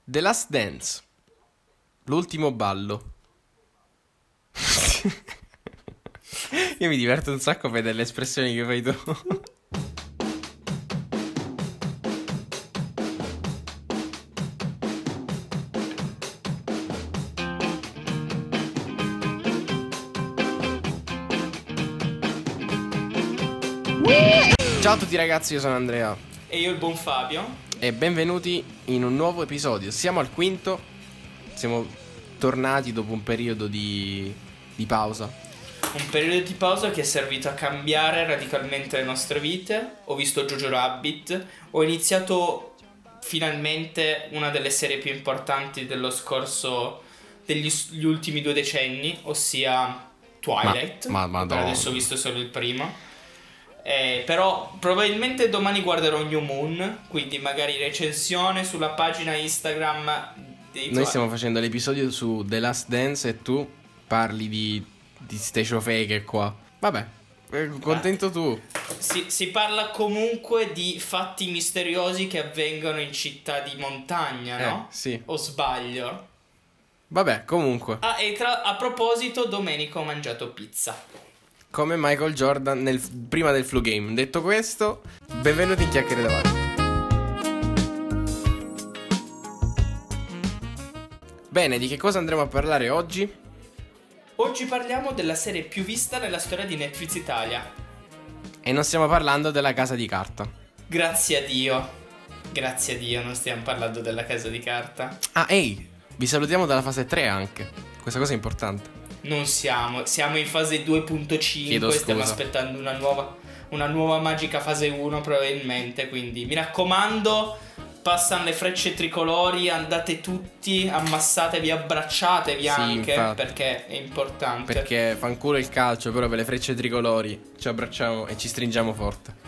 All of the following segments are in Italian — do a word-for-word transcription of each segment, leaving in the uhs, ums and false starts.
The Last Dance. L'ultimo ballo. Io mi diverto un sacco per delle espressioni che fai tu. Ciao a tutti ragazzi, io sono Andrea E io il buon Fabio. e benvenuti in un nuovo episodio. Siamo al quinto. Siamo tornati dopo un periodo di, di pausa. Un periodo di pausa che è servito a cambiare radicalmente le nostre vite. Ho visto Jojo Rabbit. Ho iniziato finalmente una delle serie più importanti dello scorso, degli gli ultimi due decenni, ossia Twilight. Ma, ma, Per madonna. adesso ho visto solo il primo. Eh, però probabilmente domani guarderò New Moon, quindi magari recensione sulla pagina Instagram dei Noi Twilight. stiamo facendo l'episodio su The Last Dance e tu parli di, di ste ciofeche qua. Vabbè, eh, contento tu. Si, si parla comunque di fatti misteriosi che avvengono in città di montagna, no? Eh, sì. O sbaglio? Vabbè, comunque, Ah, e tra, a proposito, domenica ho mangiato pizza. come Michael Jordan nel, prima del flu game. Detto questo, benvenuti in Chiacchiere davanti. Bene, di che cosa andremo a parlare oggi? Oggi parliamo della serie più vista nella storia di Netflix Italia. E non stiamo parlando della Casa di Carta. Grazie a Dio. Grazie a Dio non stiamo parlando della Casa di Carta. Ah, ehi, vi salutiamo dalla fase tre anche. Questa cosa è importante. Non siamo, siamo in fase due punto Chiedo cinque, stiamo scusa. aspettando una nuova, una nuova magica fase uno probabilmente, quindi mi raccomando, passano le frecce tricolori, andate tutti, ammassatevi, abbracciatevi Sì, anche, infatti. perché è importante. Perché fanculo il calcio, però per le frecce tricolori ci abbracciamo e ci stringiamo forte.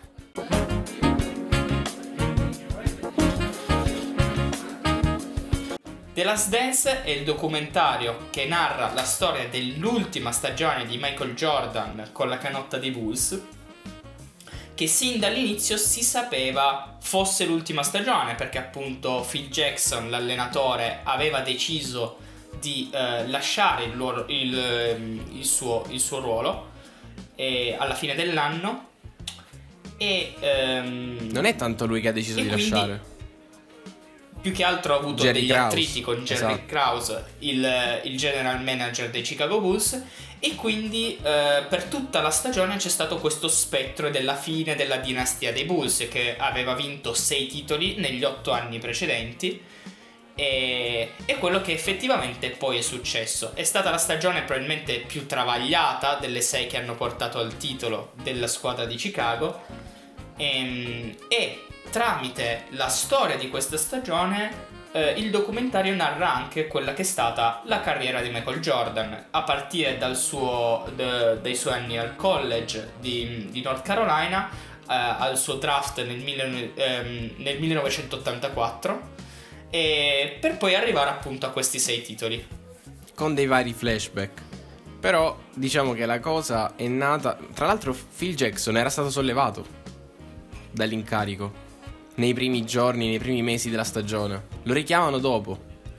The Last Dance è il documentario che narra la storia dell'ultima stagione di Michael Jordan con la canotta dei Bulls, che sin dall'inizio si sapeva fosse l'ultima stagione, perché appunto Phil Jackson, l'allenatore, aveva deciso di eh, lasciare il, loro- il, ehm, il suo, il suo ruolo e alla fine dell'anno e ehm, Non è tanto lui che ha deciso E di quindi- lasciare. più che altro ha avuto Jerry degli Krause, attriti con Jerry esatto. Krause, il, il general manager dei Chicago Bulls, e quindi eh, per tutta la stagione c'è stato questo spettro della fine della dinastia dei Bulls, che aveva vinto sei titoli negli otto anni precedenti, e è quello che effettivamente poi è successo. È stata la stagione probabilmente più travagliata delle sei che hanno portato al titolo della squadra di Chicago, e, e tramite la storia di questa stagione eh, il documentario narra anche quella che è stata la carriera di Michael Jordan, a partire dal suo, de- dai suoi anni al college di, di North Carolina, eh, al suo draft nel, mille- ehm, nel millenovecentottantaquattro, e per poi arrivare appunto a questi sei titoli. Con dei vari flashback. Però diciamo che la cosa è nata. Tra l'altro Phil Jackson era stato sollevato dall'incarico nei primi giorni, nei primi mesi della stagione. Lo richiamano dopo.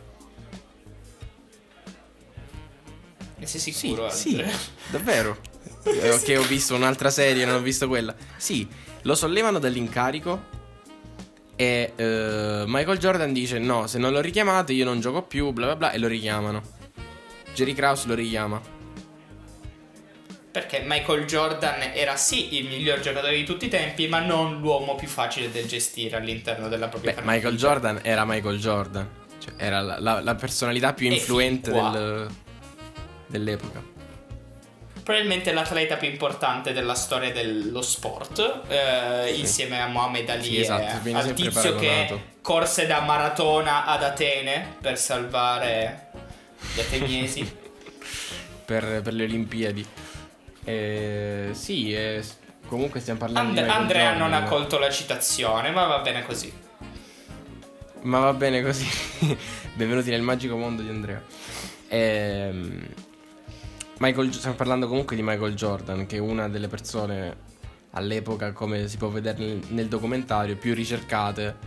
Ne sei sicuro? Sì, Andrea? sì, davvero. Eh, ok, ho visto un'altra serie, non ho visto quella. Sì, lo sollevano dall'incarico e eh, Michael Jordan dice no, se non lo richiamate io non gioco più, bla bla bla, e lo richiamano. Jerry Krause lo richiama. Perché Michael Jordan era sì il miglior giocatore di tutti i tempi, ma non l'uomo più facile da gestire all'interno della propria Beh, franchigia. Michael Jordan era Michael Jordan. Cioè, era la, la- la personalità più E influente fin qua. del- dell'epoca. Probabilmente l'atleta più importante della storia dello sport, eh, Sì. insieme a Mohamed Ali Sì, esatto, e viene al sempre tizio paragonato. che corse da maratona ad Atene per salvare gli ateniesi. Per, per le Olimpiadi. Eh, sì, eh, comunque stiamo parlando And- di Michael Andrea Jordan. non ha colto la citazione, ma va bene così. Ma va bene così. Benvenuti nel magico mondo di Andrea. Ehm, Michael, stiamo parlando comunque di Michael Jordan, che è una delle persone all'epoca, come si può vedere nel, nel documentario, più ricercate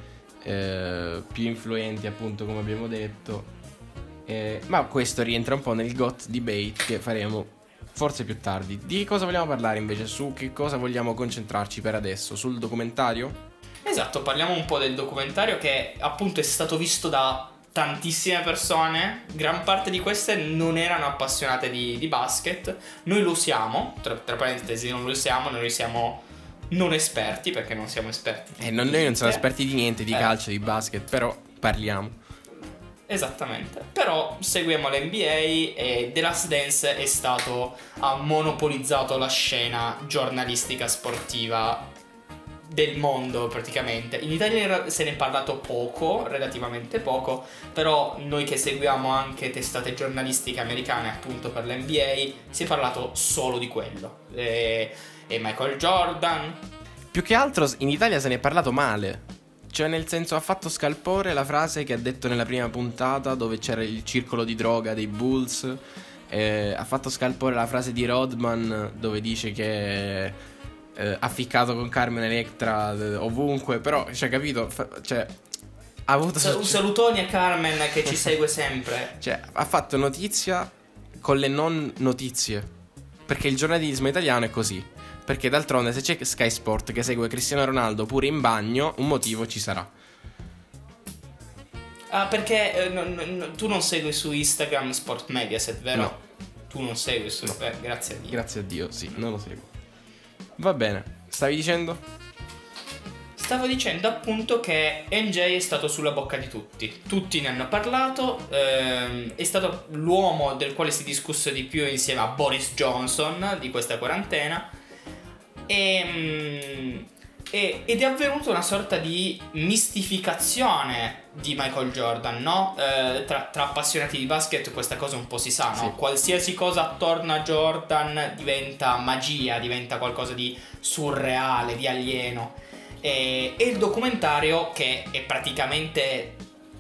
eh, più influenti, appunto, come abbiamo detto. Eh, ma questo rientra un po' nel G O T debate che faremo forse più tardi. Di cosa vogliamo parlare invece? Su che cosa vogliamo concentrarci per adesso? Sul documentario? Esatto, parliamo un po' del documentario che appunto è stato visto da tantissime persone. Gran parte di queste non erano appassionate di, di basket. Noi lo siamo, tra, tra parentesi non lo siamo, noi siamo non esperti perché non siamo esperti. Eh, non, noi non siamo esperti di niente, di Eh. calcio, di basket, però parliamo. Esattamente, però seguiamo l'N B A e The Last Dance è stato, ha monopolizzato la scena giornalistica sportiva del mondo praticamente. In Italia se ne è parlato poco, relativamente poco, però noi che seguiamo anche testate giornalistiche americane appunto per l'N B A si è parlato solo di quello. E, e Michael Jordan. Più che altro in Italia se ne è parlato male. Cioè, nel senso, ha fatto scalpore la frase che ha detto nella prima puntata, dove c'era il circolo di droga dei Bulls. Eh, ha fatto scalpore la frase di Rodman, dove dice che eh, ha ficcato con Carmen Electra eh, ovunque. Però, cioè, capito? Fa- cioè, ha avuto Un salutone a Carmen che ci segue sempre. Cioè, ha fatto notizia con le non notizie. Perché il giornalismo italiano è così. Perché d'altronde se c'è Sky Sport che segue Cristiano Ronaldo pure in bagno, un motivo ci sarà. Ah, perché eh, no, no, tu non segui su Instagram Sport Mediaset, vero? No. Tu non segui su... No. Eh, grazie a Dio. Grazie a Dio, sì, non lo seguo. Va bene, stavi dicendo? Stavo dicendo appunto che M J è stato sulla bocca di tutti. Tutti ne hanno parlato. ehm, È stato l'uomo del quale si è discusso di più insieme a Boris Johnson di questa quarantena. E, e, ed è avvenuta una sorta di mistificazione di Michael Jordan, no? Eh, tra, tra appassionati di basket questa cosa un po' si sa, no? Sì. Qualsiasi cosa attorno a Jordan diventa magia, diventa qualcosa di surreale, di alieno. E, e il documentario, che è praticamente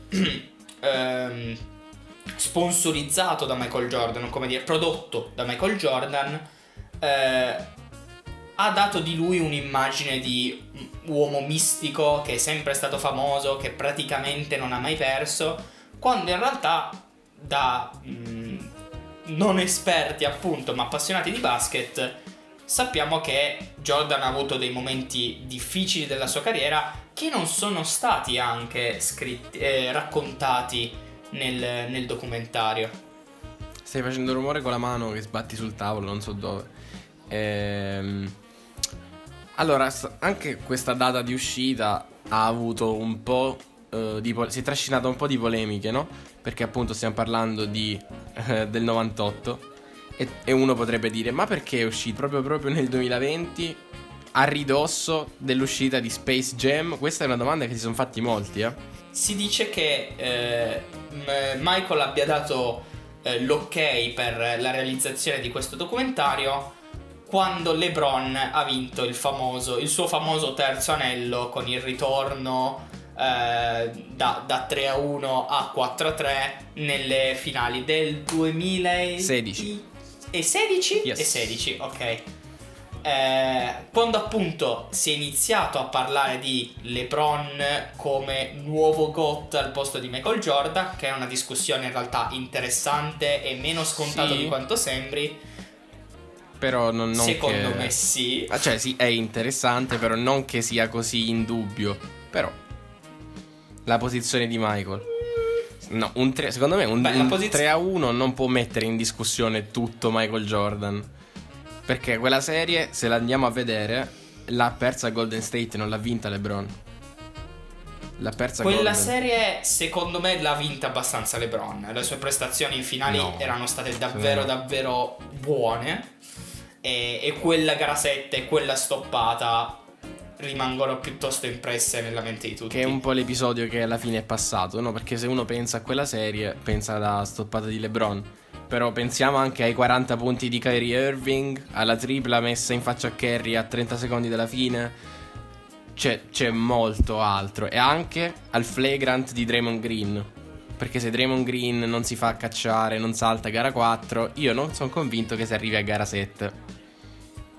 ehm, sponsorizzato da Michael Jordan, come dire, prodotto da Michael Jordan, eh, ha dato di lui un'immagine di uomo mistico che è sempre stato famoso, che praticamente non ha mai perso, quando in realtà da mh, non esperti appunto ma appassionati di basket sappiamo che Jordan ha avuto dei momenti difficili della sua carriera che non sono stati anche scritti, eh, raccontati nel, nel documentario. Stai facendo rumore con la mano che sbatti sul tavolo, non so dove. Ehm... Allora, anche questa data di uscita ha avuto un po' eh, di po- si è trascinata un po' di polemiche, no? Perché appunto stiamo parlando di eh, del novantotto e, e uno potrebbe dire: ma perché è uscito proprio proprio nel duemilaventi a ridosso dell'uscita di Space Jam? Questa è una domanda che si sono fatti molti, eh. Si dice che eh, Michael abbia dato eh, l'ok per la realizzazione di questo documentario quando LeBron ha vinto il famoso il suo famoso terzo anello con il ritorno eh, da, da tre a uno a quattro a tre nelle finali del duemilasedici e sedici? Yes. E sedici, ok. Eh, quando appunto si è iniziato a parlare di LeBron come nuovo GOAT al posto di Michael Jordan, che è una discussione in realtà interessante e meno scontato Sì. di quanto sembri. Però non, non Secondo che... me sì. Ah, cioè sì, è interessante, però non che sia così in dubbio. Però la posizione di Michael, no, un tre, secondo me un, Beh, la un posiz- tre a uno non può mettere in discussione tutto Michael Jordan. Perché quella serie, se la andiamo a vedere, l'ha persa Golden State, non l'ha vinta LeBron. L'ha persa Quella Golden. serie secondo me l'ha vinta abbastanza LeBron. Le sue prestazioni in finali No, erano state davvero no. davvero buone. E, e quella gara sette e quella stoppata rimangono piuttosto impresse nella mente di tutti. Che è un po' l'episodio che alla fine è passato, no? Perché se uno pensa a quella serie, pensa alla stoppata di LeBron. Però pensiamo anche ai quaranta punti di Kyrie Irving, alla tripla messa in faccia a Curry a trenta secondi dalla fine. C'è, c'è molto altro. E anche al flagrant di Draymond Green. Perché se Draymond Green non si fa cacciare, non salta a gara quattro, io non sono convinto che si arrivi a gara sette.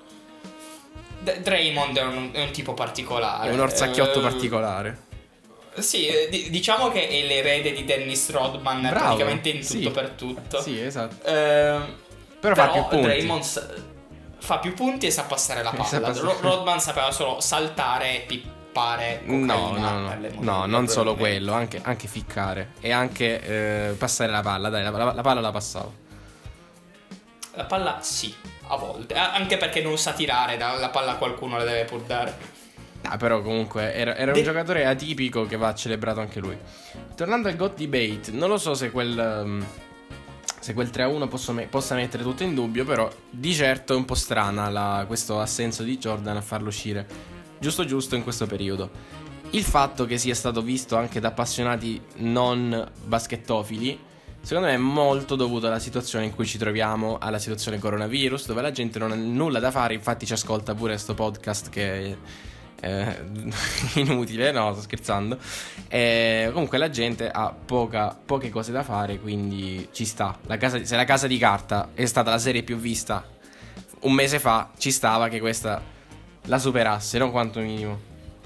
D- Draymond è un, è un tipo particolare. È un orsacchiotto Eh, particolare. Sì, d- diciamo che è l'erede di Dennis Rodman. Bravo, praticamente in tutto, sì, per tutto. Sì, esatto. Eh, però, però fa più punti. Draymond s- fa più punti e sa passare la palla. Passare... Rodman sapeva solo saltare e pippare cocaina. No, no, no, no, non solo quello, anche, anche ficcare e anche eh, passare la palla. Dai, la, la, la palla la passavo. La palla sì, a volte. Anche perché non sa tirare, la palla qualcuno la deve pur dare. Ah, però comunque era, era un De- giocatore atipico che va celebrato anche lui. Tornando al GOAT debate, non lo so se quel um, se quel tre a uno posso me- possa mettere tutto in dubbio, però di certo è un po' strana la, questo assenso di Jordan a farlo uscire giusto giusto in questo periodo. Il fatto che sia stato visto anche da appassionati non baschettofili secondo me è molto dovuto alla situazione in cui ci troviamo, alla situazione coronavirus, dove la gente non ha nulla da fare. Infatti ci ascolta pure sto podcast che Eh, inutile, no, sto scherzando. Eh, comunque la gente ha poca, poche cose da fare, quindi ci sta. La casa, se la Casa di Carta è stata la serie più vista un mese fa, ci stava che questa la superasse, no? Quanto minimo.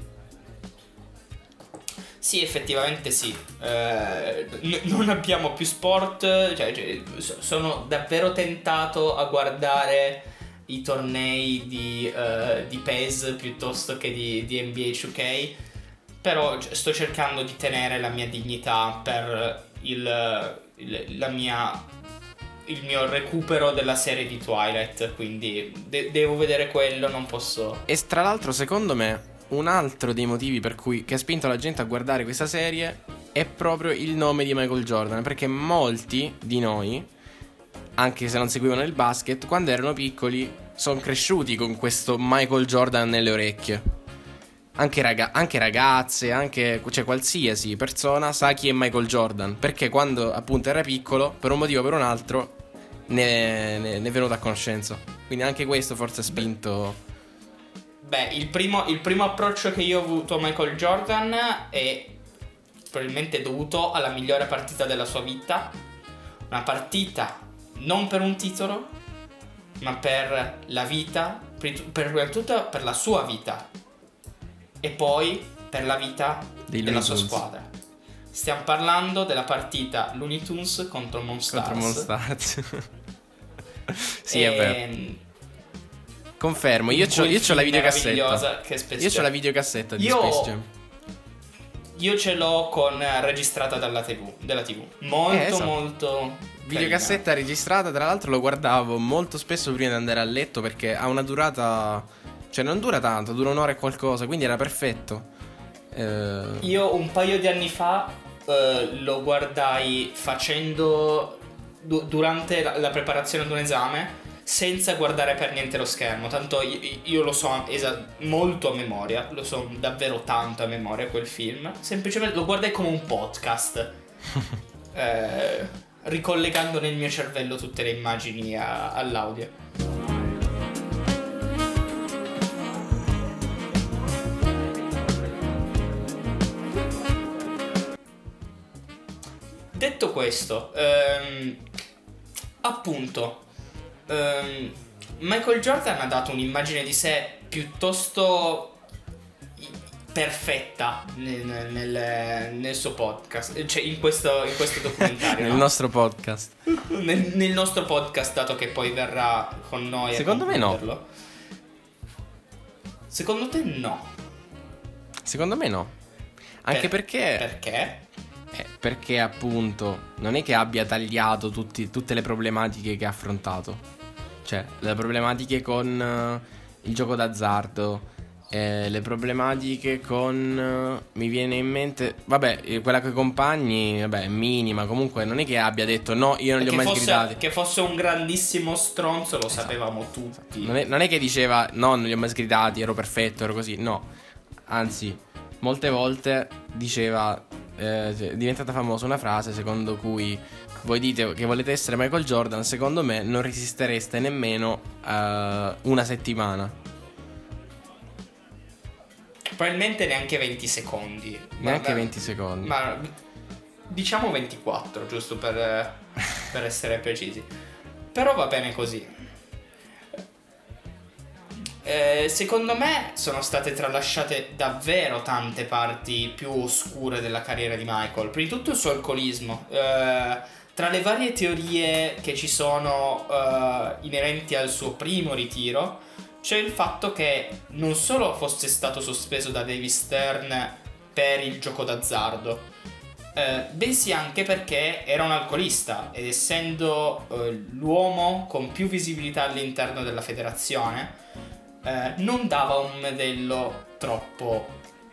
Sì, effettivamente sì. Eh, n- non abbiamo più sport. Cioè, cioè, sono davvero tentato a guardare i tornei di, uh, di P E S piuttosto che di, di N B A two K, però sto cercando di tenere la mia dignità per il, il, la mia, il mio recupero della serie di Twilight, quindi de- devo vedere quello, non posso... E tra l'altro secondo me un altro dei motivi per cui che ha spinto la gente a guardare questa serie è proprio il nome di Michael Jordan, perché molti di noi, anche se non seguivano il basket, quando erano piccoli sono cresciuti con questo Michael Jordan nelle orecchie. Anche, raga- anche ragazze, anche cioè qualsiasi persona sa chi è Michael Jordan, perché quando appunto era piccolo, per un motivo o per un altro, ne, ne, ne è venuto a conoscenza. Quindi anche questo forse ha spinto. Beh, il primo, il primo approccio che io ho avuto a Michael Jordan è probabilmente dovuto alla migliore partita della sua vita. Una partita non per un titolo, ma per la vita, per tutto per la sua vita e poi per la vita Dei della Looney sua Tunes. Squadra. Stiamo parlando della partita Looney Tunes contro Monstars. Contro Monstars. Sì, e... è vero. Confermo, io c'ho, io c'ho la videocassetta. Che è io c'ho la videocassetta di io... Space Jam. Io ce l'ho con registrata dalla tivù, della tivù. Molto, eh, esatto. molto videocassetta carina. Registrata, tra l'altro lo guardavo molto spesso prima di andare a letto, perché ha una durata, cioè non dura tanto, dura un'ora e qualcosa, quindi era perfetto. Eh... Io un paio di anni fa eh, lo guardai facendo du- durante la, la preparazione ad un esame, senza guardare per niente lo schermo. Tanto io, io lo so esa- molto a memoria, lo so davvero tanto a memoria quel film. Semplicemente lo guardai come un podcast, eh, ricollegando nel mio cervello tutte le immagini a- all'audio. Detto questo, ehm, appunto, ehm, Michael Jordan ha dato un'immagine di sé piuttosto perfetta nel, nel, nel suo podcast, cioè in questo, in questo documentario. Nel no? nostro podcast. Nel, nel nostro podcast, dato che poi verrà con noi. Secondo me no. Secondo te no? Secondo me no. Anche Per, perché Perché? Eh, perché appunto non è che abbia tagliato tutti, tutte le problematiche che ha affrontato. Cioè le problematiche con uh, il gioco d'azzardo, eh, le problematiche con uh, mi viene in mente, vabbè, eh, quella con i compagni, vabbè, è minima. Comunque non è che abbia detto no, io non li ho mai fosse, sgridati. Che fosse un grandissimo stronzo lo esatto. sapevamo tutti. Non è, non è che diceva no, non li ho mai sgridati, ero perfetto, ero così. No, anzi, molte volte diceva, eh, è diventata famosa una frase secondo cui voi dite che volete essere Michael Jordan, secondo me non resistereste nemmeno uh, una settimana. Probabilmente neanche venti secondi. Neanche ma, venti secondi. Ma diciamo ventiquattro, giusto per, per essere precisi. Però va bene così. eh, secondo me sono state tralasciate davvero tante parti più oscure della carriera di Michael. Prima di tutto il suo alcolismo. Eh, tra le varie teorie che ci sono eh, inerenti al suo primo ritiro, c'è il fatto che non solo fosse stato sospeso da David Stern per il gioco d'azzardo, eh, bensì anche perché era un alcolista ed essendo eh, l'uomo con più visibilità all'interno della federazione, eh, non dava un modello troppo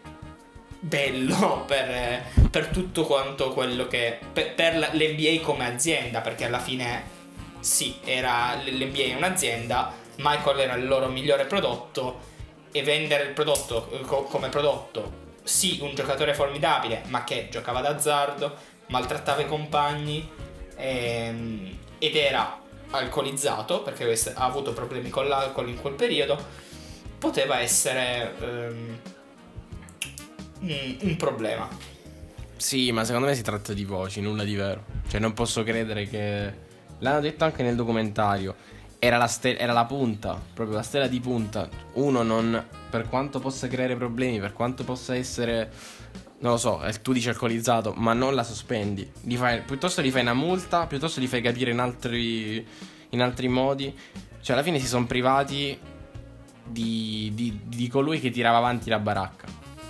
bello per, eh, per tutto quanto quello che per, per l'N B A come azienda, perché alla fine sì, era l'N B A è un'azienda, Michael era il loro migliore prodotto e vendere il prodotto eh, co- come prodotto, sì, un giocatore formidabile, ma che giocava d'azzardo, maltrattava i compagni ehm, ed era alcolizzato, perché ha avuto problemi con l'alcol in quel periodo, poteva essere ehm, un, un problema. Sì, ma secondo me si tratta di voci, nulla di vero. Cioè non posso credere che... L'hanno detto anche nel documentario. Era la, ste- era la punta, proprio la stella di punta. Uno non... Per quanto possa creare problemi, per quanto possa essere... Non lo so, tu dici alcolizzato, ma non la sospendi. Gli fai, piuttosto gli fai una multa, piuttosto gli fai capire in altri, in altri modi. Cioè alla fine si sono privati di, di, di colui che tirava avanti la baracca.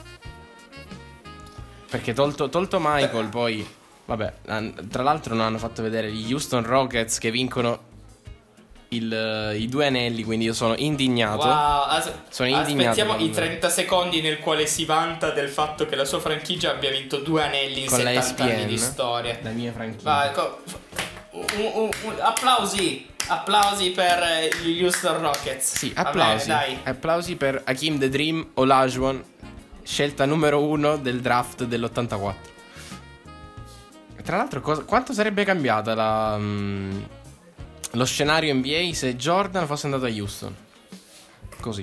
Perché tolto, tolto Michael poi... Vabbè, tra l'altro non hanno fatto vedere gli Houston Rockets che vincono il, i due anelli, quindi io sono indignato. Wow, as- sono indignato. Aspettiamo con... i trenta secondi nel quale si vanta del fatto che la sua franchigia abbia vinto due anelli in con settanta la E S P N, anni di storia. La mia franchigia. Vai, co- un, un, un, applausi, applausi per gli Houston Rockets. Sì, applausi. Vabbè, dai. Applausi per Hakeem the Dream Olajuwon, scelta numero uno del draft dell'ottantaquattro. Tra l'altro, cosa, quanto sarebbe cambiata la, um, lo scenario N B A se Jordan fosse andato a Houston? Così.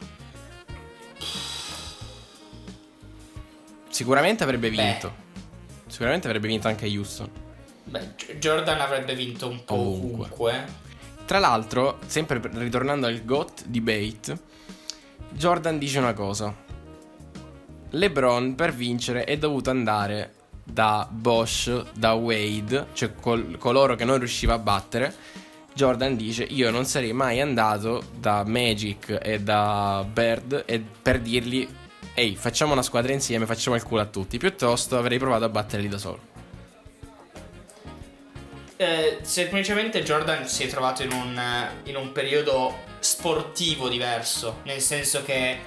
Sicuramente avrebbe vinto. Beh. Sicuramente avrebbe vinto anche a Houston. Beh, Jordan avrebbe vinto un po' ovunque. ovunque. Tra l'altro, sempre ritornando al GOAT debate, Jordan dice una cosa: LeBron per vincere è dovuto andare da Bosch, da Wade, cioè col- coloro che non riusciva a battere. Jordan dice: io non sarei mai andato da Magic e da Bird e per dirgli: ehi, facciamo una squadra insieme, facciamo il culo a tutti. Piuttosto avrei provato a batterli da solo. Eh, semplicemente Jordan si è trovato in un, in un periodo sportivo diverso, nel senso che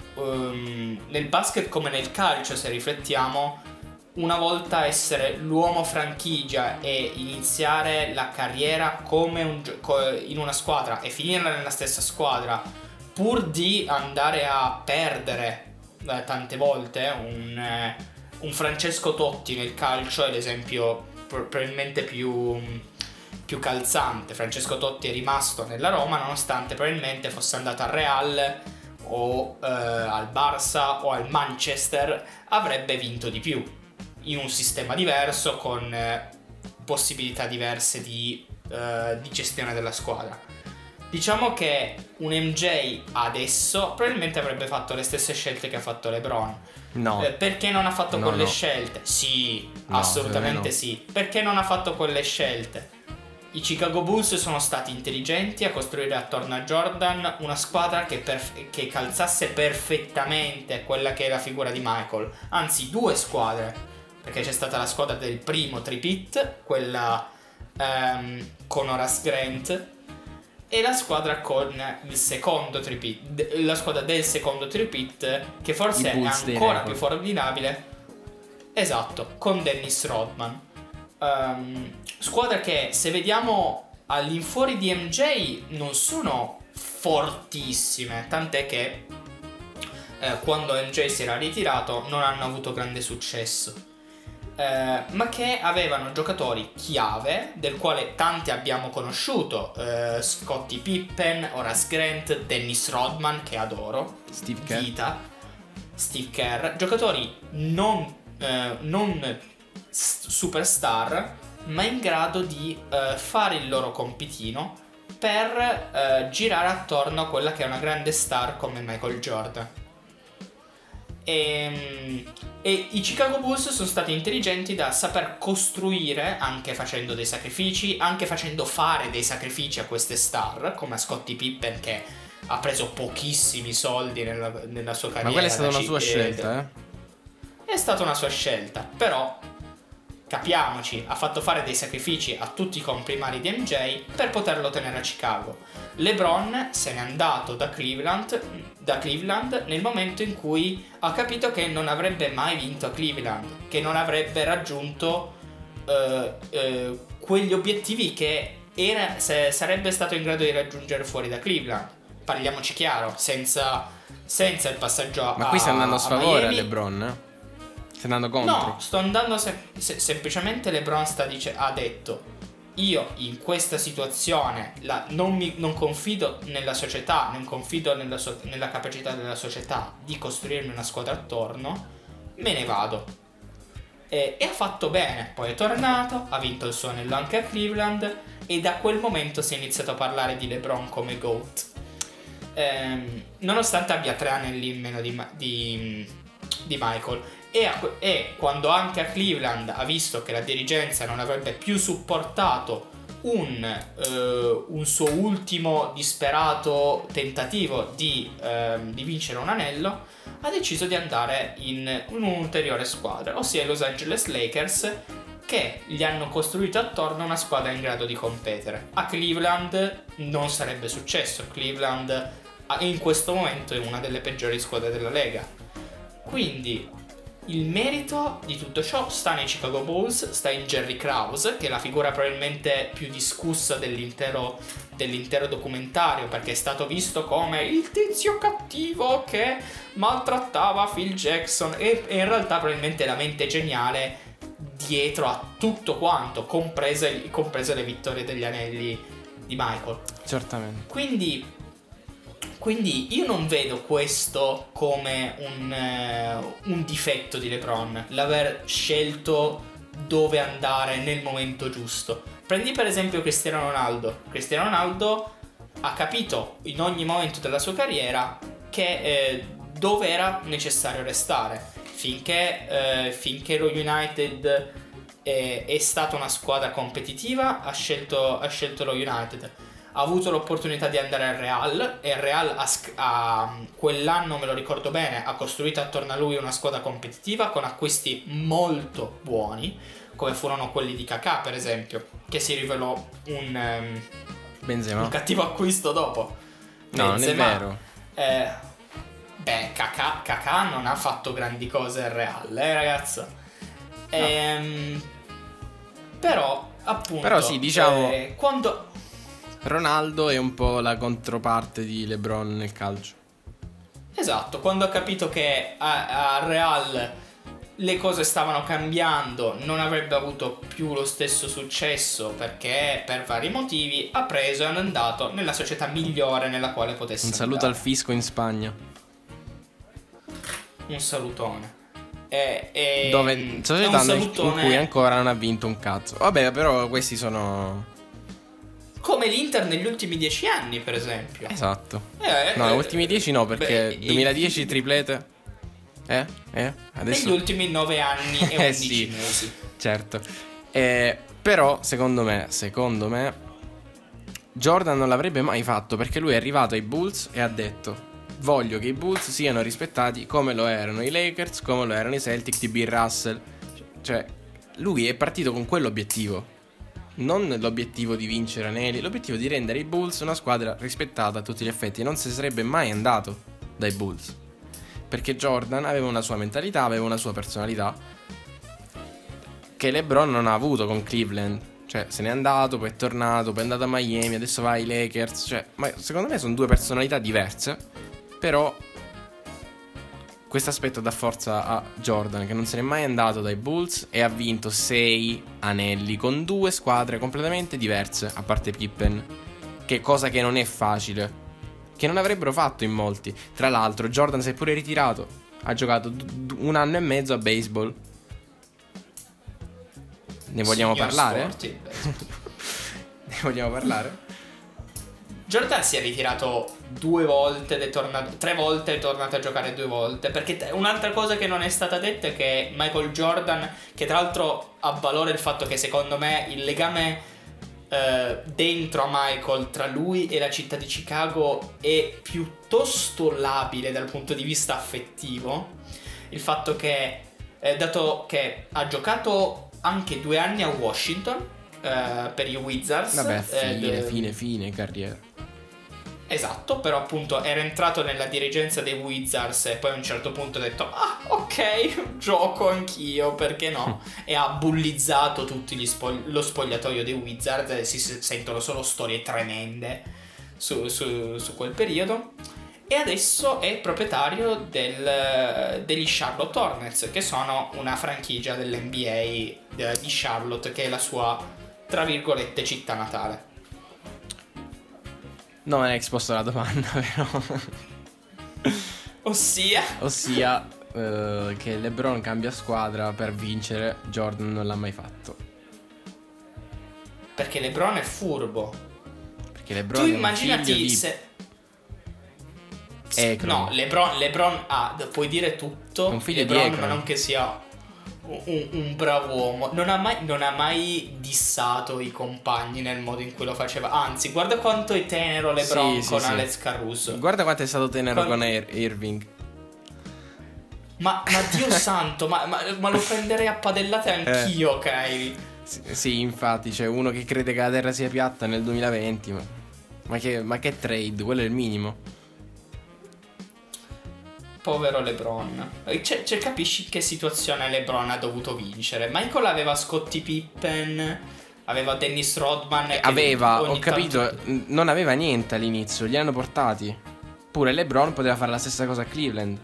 um, nel basket come nel calcio, se riflettiamo, una volta essere l'uomo franchigia e iniziare la carriera come un gio- in una squadra e finirla nella stessa squadra pur di andare a perdere eh, tante volte un, eh, un Francesco Totti nel calcio è l'esempio probabilmente più, più calzante. Francesco Totti è rimasto nella Roma nonostante probabilmente fosse andato al Real o eh, al Barça o al Manchester, avrebbe vinto di più in un sistema diverso con eh, possibilità diverse di, eh, di gestione della squadra. Diciamo che un M J adesso probabilmente avrebbe fatto le stesse scelte che ha fatto LeBron. No. Eh, perché non ha fatto no, quelle no. scelte? Sì, no, assolutamente no. sì. Perché non ha fatto quelle scelte? I Chicago Bulls sono stati intelligenti a costruire attorno a Jordan una squadra che, perf- che calzasse perfettamente quella che è la figura di Michael. Anzi, due squadre. Perché c'è stata la squadra del primo tripit, quella ehm, con Horace Grant, e la squadra con il secondo tripit, la squadra del secondo tripit, che forse è ancora più formidabile. Esatto, con Dennis Rodman. Um, squadra che, se vediamo all'infuori di M J, non sono fortissime, tant'è che eh, quando M J si era ritirato non hanno avuto grande successo. Eh, ma che avevano giocatori chiave, del quale tanti abbiamo conosciuto, eh, Scottie Pippen, Horace Grant, Dennis Rodman, che adoro, Steve Kerr, Vita, Steve Kerr, giocatori non, eh, non superstar, ma in grado di eh, fare il loro compitino per eh, girare attorno a quella che è una grande star come Michael Jordan. E, e i Chicago Bulls sono stati intelligenti da saper costruire, anche facendo dei sacrifici, anche facendo fare dei sacrifici a queste star, come a Scottie Pippen, che ha preso pochissimi soldi nella, nella sua carriera. Ma quella è stata una C- sua scelta, eh? È stata una sua scelta, però capiamoci, ha fatto fare dei sacrifici a tutti i comprimari di M J per poterlo tenere a Chicago. LeBron se n'è andato da Cleveland, da Cleveland nel momento in cui ha capito che non avrebbe mai vinto a Cleveland, che non avrebbe raggiunto eh, eh, quegli obiettivi che era, se, sarebbe stato in grado di raggiungere fuori da Cleveland. Parliamoci chiaro, senza, senza il passaggio a Ma qui sta andando a sfavore a Miami. LeBron, eh? Sta andando contro. No, sto andando se- se- semplicemente LeBron sta dice- ha detto: io in questa situazione la- non, mi, non confido nella società, non confido nella, so- nella capacità della società di costruirmi una squadra attorno, me ne vado. E, e ha fatto bene, poi è tornato, ha vinto il suo anello anche a Cleveland e da quel momento si è iniziato a parlare di LeBron come GOAT. Ehm, nonostante abbia tre anelli in meno di, Ma- di, di Michael. E, a, e quando anche a Cleveland ha visto che la dirigenza non avrebbe più supportato un, eh, un suo ultimo disperato tentativo di, eh, di vincere un anello, ha deciso di andare in un'ulteriore squadra, ossia i Los Angeles Lakers, che gli hanno costruito attorno una squadra in grado di competere. A Cleveland non sarebbe successo. Cleveland in questo momento è una delle peggiori squadre della Lega. Quindi il merito di tutto ciò sta nei Chicago Bulls, sta in Jerry Krause, che è la figura probabilmente più discussa dell'intero, dell'intero documentario, perché è stato visto come il tizio cattivo che maltrattava Phil Jackson e, e in realtà probabilmente la mente geniale dietro a tutto quanto, comprese, comprese le vittorie degli anelli di Michael. Certamente. Quindi, quindi io non vedo questo come un, uh, un difetto di LeBron, l'aver scelto dove andare nel momento giusto. Prendi per esempio Cristiano Ronaldo. Cristiano Ronaldo ha capito in ogni momento della sua carriera che eh, dove era necessario restare. Finché, eh, finché lo United è, è stata una squadra competitiva, ha scelto, ha scelto lo United. Ha avuto l'opportunità di andare al Real e il Real ha, ha, quell'anno, me lo ricordo bene, ha costruito attorno a lui una squadra competitiva con acquisti molto buoni, come furono quelli di Kaká per esempio, che si rivelò un, um, Benzema. un cattivo acquisto dopo. No, Benzema, non è vero. Eh, Beh, Kaká, Kaká non ha fatto grandi cose al Real, eh ragazzo. No. Ehm, però, appunto... Però sì, diciamo... Eh, quando... Ronaldo è un po' la controparte di LeBron nel calcio. Esatto, quando ha capito che al Real le cose stavano cambiando, non avrebbe avuto più lo stesso successo perché per vari motivi, ha preso e è andato nella società migliore nella quale potesse Un saluto andare. al fisco in Spagna. Un salutone. E, e, Dove società un nel- salutone in cui ancora non ha vinto un cazzo. Vabbè, però questi sono... come l'Inter negli ultimi dieci anni, per esempio. Esatto. Eh, No, eh, negli ultimi dieci no, perché beh, duemiladieci triplete. Eh? Eh? Adesso... negli ultimi nove anni e Eh, undici sì. mesi. Certo. Eh, però, secondo me, secondo me, Jordan non l'avrebbe mai fatto perché lui è arrivato ai Bulls e ha detto: voglio che i Bulls siano rispettati come lo erano i Lakers, come lo erano i Celtic di Bill Russell. Cioè, lui è partito con quell'obiettivo. Non l'obiettivo di vincere anelli, l'obiettivo di rendere i Bulls una squadra rispettata a tutti gli effetti. Non si sarebbe mai andato dai Bulls perché Jordan aveva una sua mentalità, aveva una sua personalità che LeBron non ha avuto con Cleveland. Cioè, se n'è andato, poi è tornato, poi è andato a Miami, adesso va ai Lakers. Cioè, ma secondo me sono due personalità diverse. Però questo aspetto dà forza a Jordan, che non se n'è mai andato dai Bulls e ha vinto sei anelli con due squadre completamente diverse, a parte Pippen, che cosa che non è facile, che non avrebbero fatto in molti. Tra l'altro Jordan si è pure ritirato, ha giocato d- d- un anno e mezzo a baseball. Ne vogliamo Signor parlare? Sporti. Ne vogliamo parlare? Jordan si è ritirato due volte, ed è tornato, tre volte, è tornato a giocare due volte. Perché t- un'altra cosa che non è stata detta è che Michael Jordan, che tra l'altro ha valore il fatto che secondo me il legame eh, dentro a Michael tra lui e la città di Chicago è piuttosto labile dal punto di vista affettivo. Il fatto che, eh, dato che ha giocato anche due anni a Washington eh, per i Wizards. Vabbè, fine, eh, fine, fine carriera. Esatto, però appunto era entrato nella dirigenza dei Wizards e poi a un certo punto ha detto ah ok, gioco anch'io, perché no? E ha bullizzato tutti gli spog- lo spogliatoio dei Wizards e si sentono solo storie tremende su, su, su quel periodo. E adesso è proprietario del, degli Charlotte Hornets, che sono una franchigia dell'N B A di Charlotte, che è la sua, tra virgolette, città natale. No, non hai risposto alla domanda, però. Ossia? Ossia eh, che LeBron cambia squadra per vincere. Jordan non l'ha mai fatto. Perché LeBron è furbo. Perché LeBron Tu è un immaginati figlio di se... Akron. No, LeBron, LeBron ha, puoi dire tutto. Un figlio LeBron, di Akron. ma non che sia un, un bravo uomo. Non ha, mai, non ha mai dissato i compagni nel modo in cui lo faceva. Anzi, guarda quanto è tenero LeBron Sì, con sì, sì. Alex Caruso. Guarda quanto è stato tenero Con- con Ir- Irving. Ma, ma Dio santo, ma, ma, ma lo prenderei a padellate anch'io, Kyrie. Sì, sì, infatti, c'è uno che crede che la terra sia piatta nel duemilaventi. Ma, ma, che, ma che trade? Quello è il minimo. Povero LeBron. Cioè, cioè, capisci che situazione LeBron ha dovuto vincere? Michael aveva Scottie Pippen, aveva Dennis Rodman. che Aveva, ogni ho capito, tanto- n- non aveva niente all'inizio, li hanno portati. Pure LeBron poteva fare la stessa cosa a Cleveland.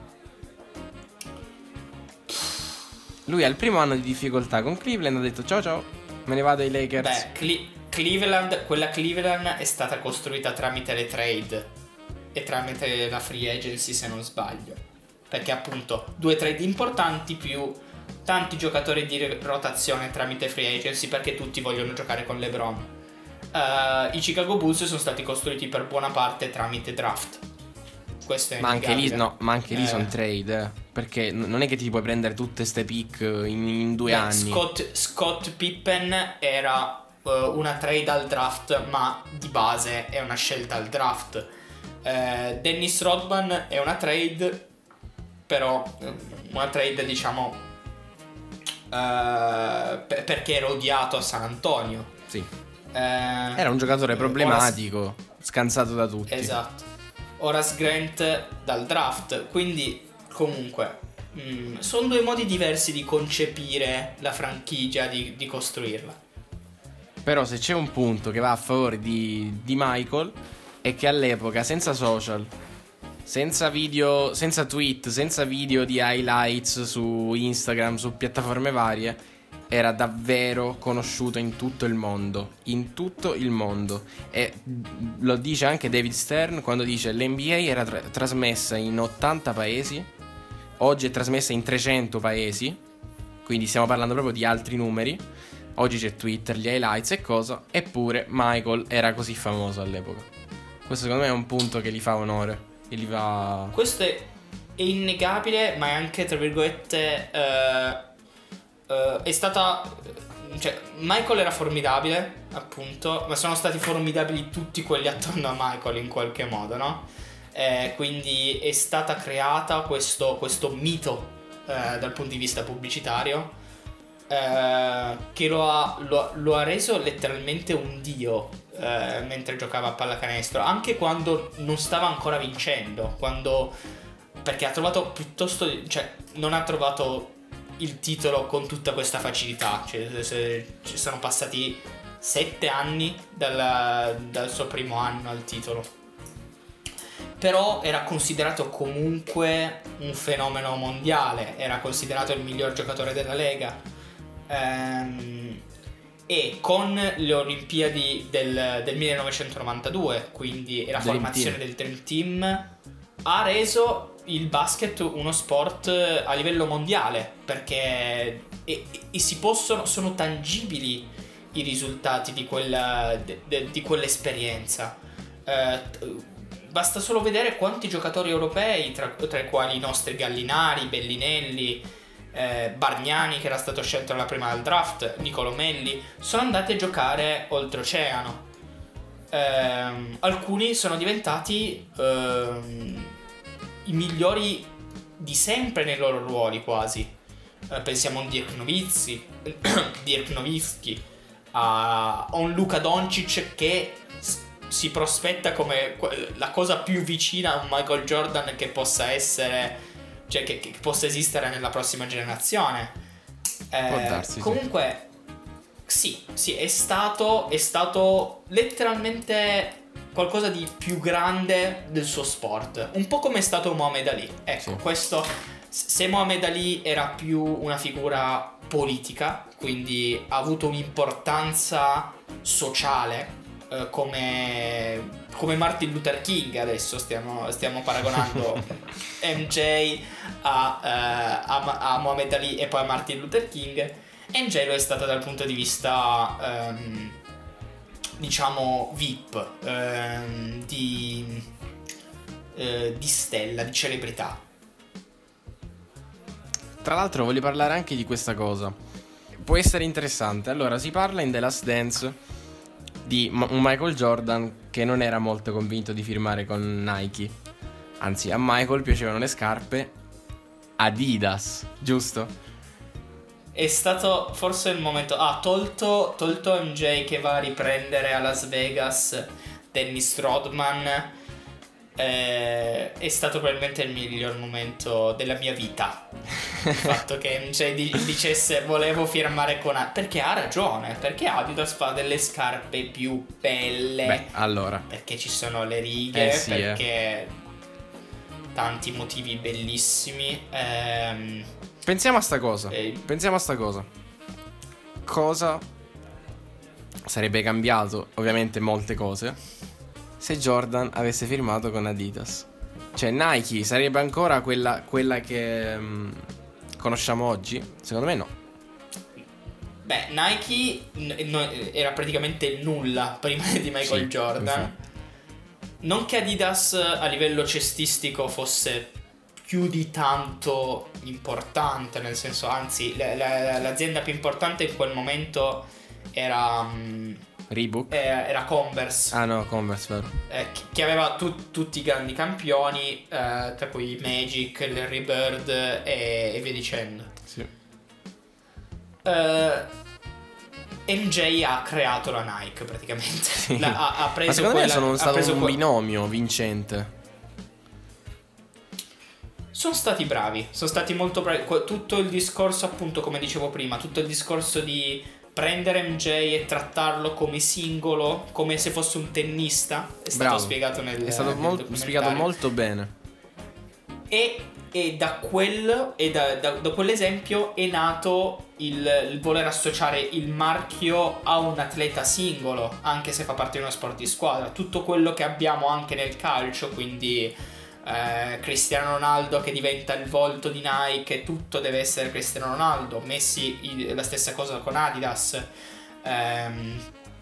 Lui al primo anno di difficoltà con Cleveland ha detto ciao ciao, me ne vado ai Lakers. Beh, Cle- Cleveland, quella Cleveland è stata costruita tramite le trade e tramite la free agency, se non sbaglio. Perché appunto due trade importanti più tanti giocatori di rotazione tramite free agency, perché tutti vogliono giocare con LeBron. Uh, I Chicago Bulls sono stati costruiti per buona parte tramite draft. Questo è Ma anche lì, innegabile. no, ma anche lì Eh. sono trade, eh. Perché n- non è che ti puoi prendere tutte ste pick in, in due Beh, anni. Scott, Scott Pippen era uh, una trade al draft, ma di base è una scelta al draft. Uh, Dennis Rodman è una trade, però uh, una trade diciamo uh, per- perché era odiato a San Antonio. Sì. Uh, Era un giocatore problematico, scansato da tutti. Esatto. Horace Grant dal draft. Quindi comunque mh, sono due modi diversi di concepire la franchigia, di, di costruirla. Però se c'è un punto che va a favore di, di Michael è che all'epoca senza social, senza video, senza tweet, senza video di highlights su Instagram, su piattaforme varie, era davvero conosciuto in tutto il mondo, in tutto il mondo. E lo dice anche David Stern quando dice l'N B A era tra- trasmessa in ottanta paesi, oggi è trasmessa in trecento paesi, quindi stiamo parlando proprio di altri numeri. Oggi c'è Twitter, gli highlights e cosa, eppure Michael era così famoso all'epoca. Questo secondo me è un punto che gli fa onore, che gli va... Questo è, è innegabile, ma è anche tra virgolette eh, eh, è stata, cioè Michael era formidabile appunto, ma sono stati formidabili tutti quelli attorno a Michael in qualche modo, no? Eh, quindi è stata creata questo, questo mito eh, dal punto di vista pubblicitario eh, che lo ha, lo, lo ha reso letteralmente un dio eh, mentre giocava a pallacanestro, anche quando non stava ancora vincendo, quando, perché ha trovato piuttosto, cioè non ha trovato il titolo con tutta questa facilità, cioè, se, se, ci sono passati sette anni dalla, dal suo primo anno al titolo, però era considerato comunque un fenomeno mondiale, era considerato il miglior giocatore della Lega ehm, e con le Olimpiadi del, del millenovecentonovantadue, quindi la Dream formazione Team. del Dream Team, ha reso il basket uno sport a livello mondiale, perché e, e, e si possono, sono tangibili i risultati di quella de, de, di quell'esperienza. Eh, basta solo vedere quanti giocatori europei, tra, tra i quali i nostri Gallinari, Bellinelli, eh, Bargnani, che era stato scelto alla prima del draft, Nicolo Melli, sono andati a giocare oltreoceano. Eh, alcuni sono diventati eh, i migliori di sempre nei loro ruoli quasi. Eh, pensiamo a un Dirk Nowitzki, Dirk Nowitzki, a un Luka Doncic che si prospetta come la cosa più vicina a un Michael Jordan che possa essere, cioè che, che possa esistere nella prossima generazione. Eh, Può darsi, comunque sì, sì, è stato è stato letteralmente qualcosa di più grande del suo sport, un po' come è stato Muhammad Ali. Ecco, sì. Questo, se Muhammad Ali era più una figura politica, quindi ha avuto un'importanza sociale, eh, come come Martin Luther King, adesso stiamo, stiamo paragonando M J a, eh, a, a Muhammad Ali e poi a Martin Luther King. M J lo è stata dal punto di vista ehm, diciamo V I P, ehm, di, eh, di stella, di celebrità. Tra l'altro voglio parlare anche di questa cosa. Può essere interessante. Allora, si parla in The Last Dance di M- un Michael Jordan che non era molto convinto di firmare con Nike. Anzi, a Michael piacevano le scarpe Adidas, giusto? È stato forse il momento... Ah, tolto, tolto M J che va a riprendere a Las Vegas Dennis Rodman, eh, è stato probabilmente il miglior momento della mia vita. Il fatto che M J di- dicesse volevo firmare con Adidas, perché ha ragione, perché Adidas fa delle scarpe più belle. Beh, allora, Perché ci sono le righe, Eh sì, eh. perché tanti motivi bellissimi. Ehm, pensiamo a sta cosa. eh, Pensiamo a sta cosa. Cosa sarebbe cambiato? Ovviamente molte cose se Jordan avesse firmato con Adidas. Cioè Nike sarebbe ancora quella, quella che mm, conosciamo oggi? Secondo me no. Beh, Nike n- no- era praticamente nulla prima di Michael Sì, Jordan. infatti. Non che Adidas a livello cestistico fosse più di tanto importante, nel senso, anzi, la- la- l'azienda più importante in quel momento era, mm, Reebok? era era Converse. Ah no, Converse, vero. eh, che- che aveva tu- tutti i grandi campioni, eh, tra cui Magic, Larry Bird e, e via dicendo. Sì. Eh, M J ha creato la Nike praticamente. Sì. La- ha, ha preso Ma secondo quella, me sono ha stato preso un que- binomio vincente. Sono stati bravi, sono stati molto bravi. Que- Tutto il discorso, appunto, come dicevo prima, tutto il discorso di prendere M J e trattarlo come singolo, come se fosse un tennista, è stato Bravo. spiegato nel È stato nel mol- documentario. spiegato molto bene. E, e da quel e da, da- da quell'esempio è nato il, il voler associare il marchio a un atleta singolo, anche se fa parte di uno sport di squadra. Tutto quello che abbiamo anche nel calcio, quindi eh, Cristiano Ronaldo che diventa il volto di Nike, tutto deve essere Cristiano Ronaldo. Messi i- la stessa cosa con Adidas. Ehm,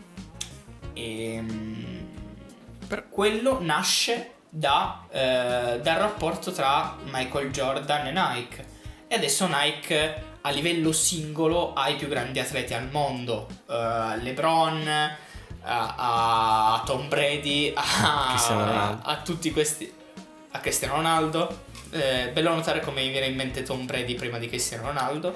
ehm, per quello nasce da, eh, dal rapporto tra Michael Jordan e Nike, e adesso Nike a livello singolo ha i più grandi atleti al mondo, uh, LeBron, a, a Tom Brady, a, Cristiano Ronaldo. a tutti questi, a Cristiano Ronaldo. Eh, bello notare come mi viene in mente Tom Brady prima di Cristiano Ronaldo.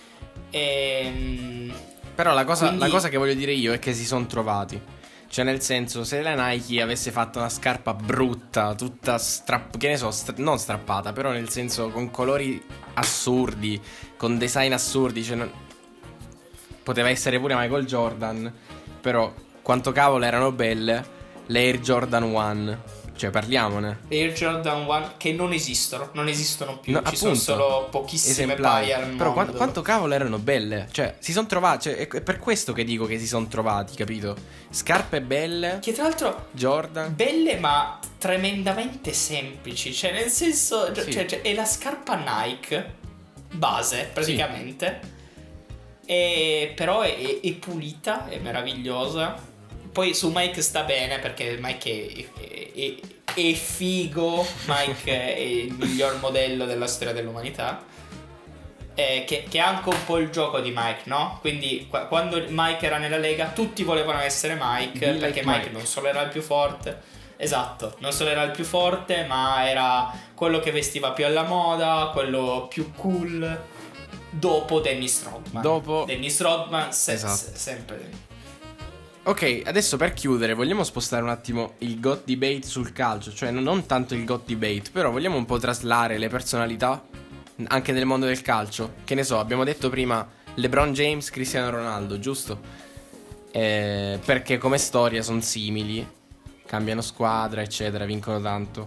E, Però la cosa, quindi- la cosa che voglio dire io è che si sono trovati. Cioè nel senso, se la Nike avesse fatto una scarpa brutta, tutta strapp- che ne so, stra- non strappata, però nel senso con colori assurdi, con design assurdi, cioè non- poteva essere pure Michael Jordan, però quanto cavolo erano belle le Air Jordan uno. Cioè parliamone. Air Jordan uno che non esistono, non esistono più, No, ci appunto, sono solo pochissime esemplari. paia al Però mondo. quanto, quanto cavolo erano belle. Cioè si sono trovati, cioè, è è per questo che dico che si sono trovati, capito? Scarpe belle, Che tra l'altro Jordan. belle ma tremendamente semplici, cioè nel senso, Sì. cioè, cioè, è la scarpa Nike base praticamente, e, però è, è- è pulita, è meravigliosa, poi su Mike sta bene perché Mike è, è, è, è figo. Mike è il miglior modello della storia dell'umanità. Eh, che, che è anche un po' il gioco di Mike, no? Quindi qua, quando Mike era nella Lega tutti volevano essere Mike, Be perché like Mike, Mike non solo era il più forte, esatto, non solo era il più forte, ma era quello che vestiva più alla moda, quello più cool. Dopo Dennis Rodman. Dopo Dennis Rodman se, esatto. se, sempre. Ok, adesso per chiudere vogliamo spostare un attimo il GOAT debate sul calcio. Cioè non tanto il GOAT debate, però vogliamo un po' traslare le personalità anche nel mondo del calcio. Che ne so, abbiamo detto prima LeBron James, Cristiano Ronaldo, giusto? Eh, perché come storia sono simili, cambiano squadra eccetera, vincono tanto.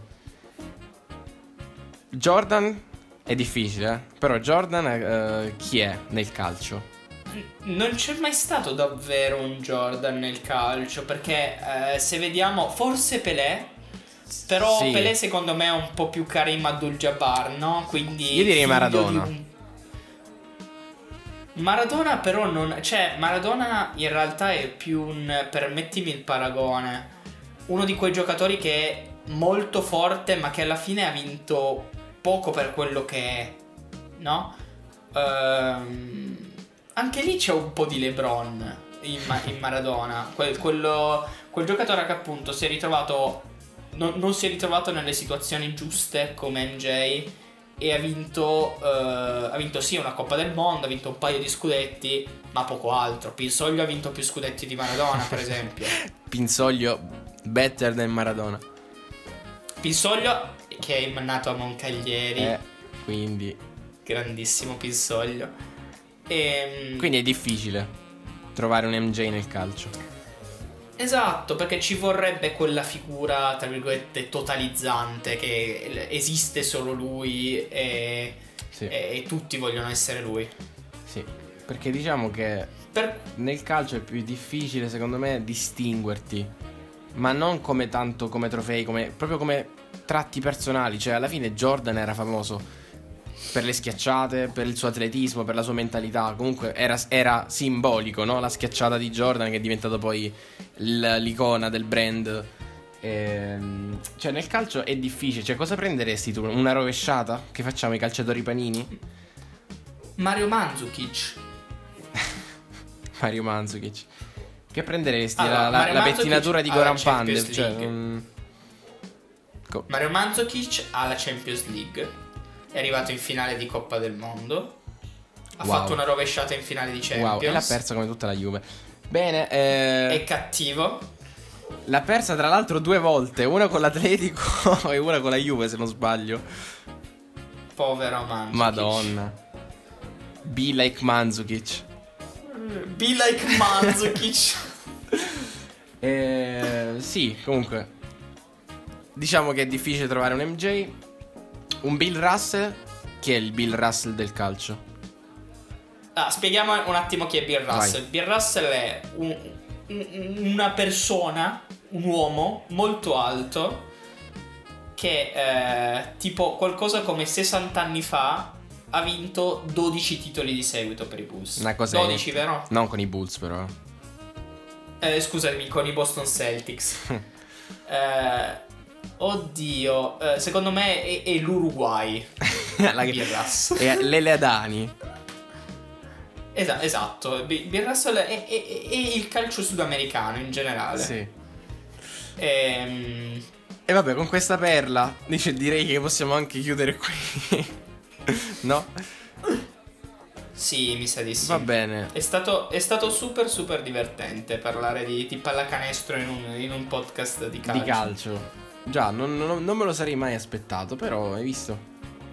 Jordan è difficile, eh? Però Jordan eh, chi è nel calcio? Non c'è mai stato davvero un Jordan nel calcio, perché eh, se vediamo forse Pelé. Però sì. Pelé secondo me è un po' più Karim Abdul-Jabbar, no? Quindi io direi Maradona. Un... Maradona però non... Cioè Maradona in realtà è più un... Permettimi il paragone. Uno di quei giocatori che è molto forte ma che alla fine ha vinto poco per quello che è, no? Ehm... Anche lì c'è un po' di LeBron in, Ma- in Maradona. Que- quello... Quel giocatore che appunto si è ritrovato... Non, non si è ritrovato nelle situazioni giuste come M J e ha vinto, uh, ha vinto sì una Coppa del Mondo, ha vinto un paio di scudetti, ma poco altro. Pinsoglio ha vinto più scudetti di Maradona, per esempio. Pinsoglio better than Maradona. Pinsoglio che è nato a Moncaglieri, eh, quindi grandissimo Pinsoglio. E, quindi è difficile trovare un M J nel calcio. esatto, perché ci vorrebbe quella figura, tra virgolette, totalizzante, che esiste solo lui e, sì. e, e tutti vogliono essere lui. Sì, perché diciamo che per... nel calcio è più difficile, secondo me, distinguerti, ma non come tanto come trofei, come proprio come tratti personali. Cioè, alla fine Jordan era famoso per le schiacciate, per il suo atletismo, per la sua mentalità. Comunque era, era simbolico, no? La schiacciata di Jordan che è diventato poi l'icona del brand. Ehm, cioè nel calcio è difficile. Cioè cosa prenderesti tu? Una rovesciata? Che facciamo i calciatori panini? Mario Mandzukic. Mario Mandzukic. Che prenderesti? Allora, la, la, la pettinatura di Goran Pandev, cioè, um... Mario Mandzukic alla Champions League. È arrivato in finale di Coppa del Mondo. Ha wow. fatto una rovesciata in finale di Champions. Wow, e l'ha persa come tutta la Juve. Bene, eh... è cattivo. L'ha persa tra l'altro due volte, una con l'Atletico e una con la Juve, se non sbaglio. Povero Mandzukic. Madonna. Be like Mandzukic. Be like Mandzukic. eh, sì, comunque diciamo che è difficile trovare un M J. Un Bill Russell. Chi è il Bill Russell del calcio? Ah, spieghiamo un attimo chi è Bill Russell. Vai. Bill Russell è un, un, una persona, un uomo molto alto che eh, tipo qualcosa come sessanta anni fa ha vinto dodici titoli di seguito per i Bulls. Una cosa dodici, è... vero? Non con i Bulls però. Eh, scusami, con i Boston Celtics. eh, oddio, eh, secondo me è, è l'Uruguay. La... Bill Russell. E Lele Adani. Esa- esatto, Bill Russell è, è, è il calcio sudamericano in generale. Sì. Ehm... E vabbè, con questa perla dice, direi che possiamo anche chiudere qui. No? Sì, mi sa di sì. Va bene. È stato, è stato super super divertente parlare di, di pallacanestro in un, in un podcast di calcio. Di calcio. Già, non, non, non me lo sarei mai aspettato, però hai visto?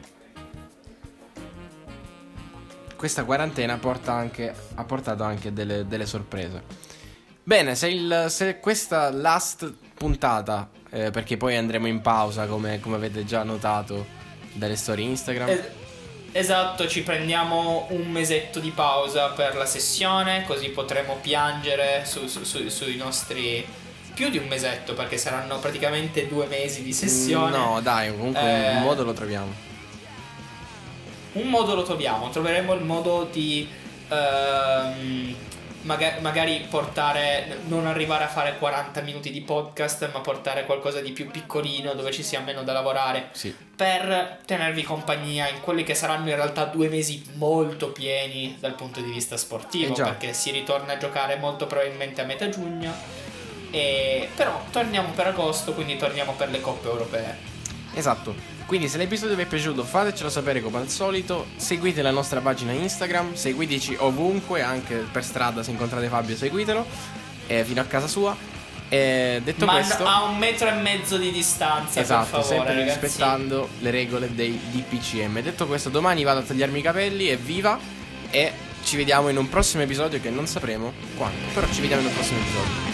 Questa quarantena porta anche, ha portato anche delle, delle sorprese. Bene, se, il, se questa last puntata, eh, perché poi andremo in pausa come, come avete già notato dalle storie Instagram. Es- esatto, ci prendiamo un mesetto di pausa per la sessione, così potremo piangere su, su, su, sui nostri... più di un mesetto, perché saranno praticamente due mesi di sessione. No, dai, comunque eh, un modo lo troviamo. Un modo lo troviamo, troveremo il modo di... Ehm, maga- magari portare, non arrivare a fare quaranta minuti di podcast, ma portare qualcosa di più piccolino dove ci sia meno da lavorare, sì, per tenervi compagnia in quelli che saranno in realtà due mesi molto pieni dal punto di vista sportivo, Eh già. perché si ritorna a giocare molto probabilmente a metà giugno, e però torniamo per agosto, quindi torniamo per le coppe europee. esatto. Quindi se l'episodio vi è piaciuto fatecelo sapere come al solito. Seguite la nostra pagina Instagram, seguiteci ovunque, anche per strada se incontrate Fabio seguitelo, eh, fino a casa sua. E detto Ma questo, a un metro e mezzo di distanza, esatto, per favore, sempre ragazzi. rispettando le regole dei D P C M. Detto questo, domani vado a tagliarmi i capelli, evviva, e ci vediamo in un prossimo episodio che non sapremo quando, però ci vediamo in un prossimo episodio.